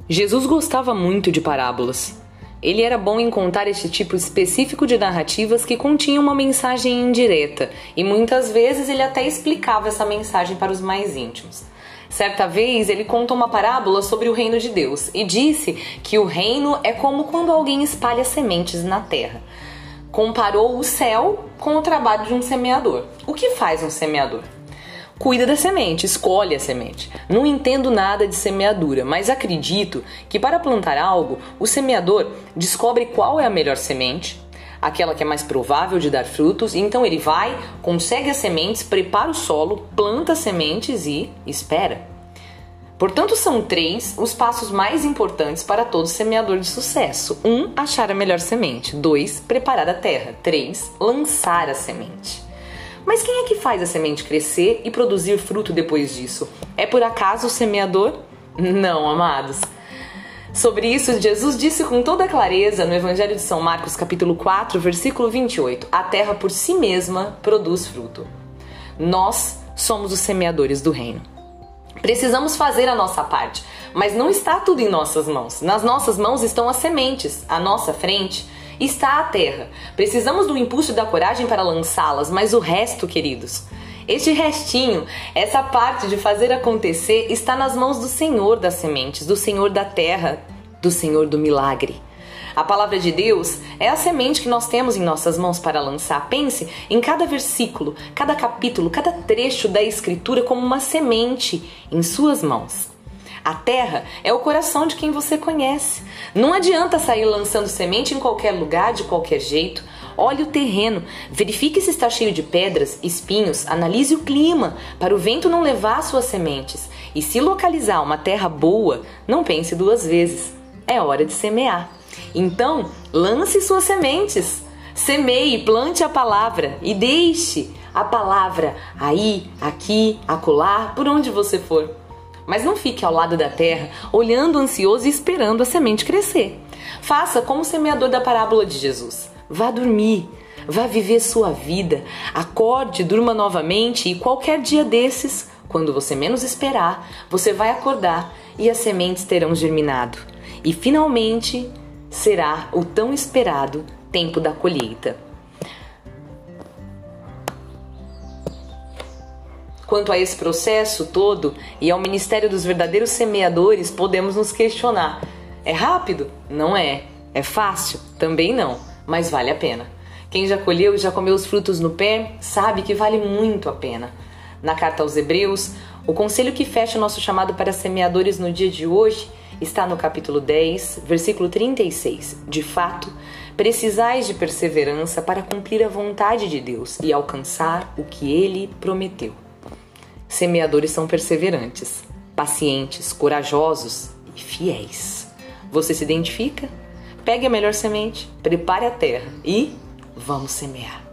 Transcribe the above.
Jesus gostava muito de parábolas. Ele era bom em contar este tipo específico de narrativas que continham uma mensagem indireta, e muitas vezes ele até explicava essa mensagem para os mais íntimos. Certa vez ele conta uma parábola sobre o reino de Deus e disse que o reino é como quando alguém espalha sementes na terra. Comparou o céu com o trabalho de um semeador. O que faz um semeador? Cuida da semente, escolhe a semente. Não entendo nada de semeadura, mas acredito que para plantar algo, o semeador descobre qual é a melhor semente, aquela que é mais provável de dar frutos, e então ele vai, consegue as sementes, prepara o solo, planta as sementes e espera. Portanto, são 3 os passos mais importantes para todo semeador de sucesso. 1, achar a melhor semente. 2, preparar a terra. 3, lançar a semente. Mas quem é que faz a semente crescer e produzir fruto depois disso? É por acaso o semeador? Não, amados. Sobre isso, Jesus disse com toda clareza no Evangelho de São Marcos, capítulo 4, versículo 28. A terra por si mesma produz fruto. Nós somos os semeadores do reino. Precisamos fazer a nossa parte, mas não está tudo em nossas mãos. Nas nossas mãos estão as sementes, à nossa frente está a terra. Precisamos do impulso e da coragem para lançá-las, mas o resto, queridos, este restinho, essa parte de fazer acontecer, está nas mãos do Senhor das sementes, do Senhor da terra, do Senhor do milagre. A palavra de Deus é a semente que nós temos em nossas mãos para lançar. Pense em cada versículo, cada capítulo, cada trecho da Escritura como uma semente em suas mãos. A terra é o coração de quem você conhece. Não adianta sair lançando semente em qualquer lugar, de qualquer jeito. Olhe o terreno, verifique se está cheio de pedras, espinhos, analise o clima, para o vento não levar suas sementes. E se localizar uma terra boa, não pense 2 vezes. É hora de semear. Então, lance suas sementes. Semeie, plante a palavra e deixe a palavra aí, aqui, acolá, por onde você for. Mas não fique ao lado da terra, olhando ansioso e esperando a semente crescer. Faça como o semeador da parábola de Jesus. Vá dormir, vá viver sua vida, acorde, durma novamente e qualquer dia desses, quando você menos esperar, você vai acordar e as sementes terão germinado. E finalmente será o tão esperado tempo da colheita. Quanto a esse processo todo e ao ministério dos verdadeiros semeadores, podemos nos questionar. É rápido? Não é. É fácil? Também não, mas vale a pena. Quem já colheu e já comeu os frutos no pé, sabe que vale muito a pena. Na carta aos Hebreus, o conselho que fecha o nosso chamado para semeadores no dia de hoje está no capítulo 10, versículo 36. De fato, precisais de perseverança para cumprir a vontade de Deus e alcançar o que Ele prometeu. Semeadores são perseverantes, pacientes, corajosos e fiéis. Você se identifica? Pegue a melhor semente, prepare a terra e vamos semear.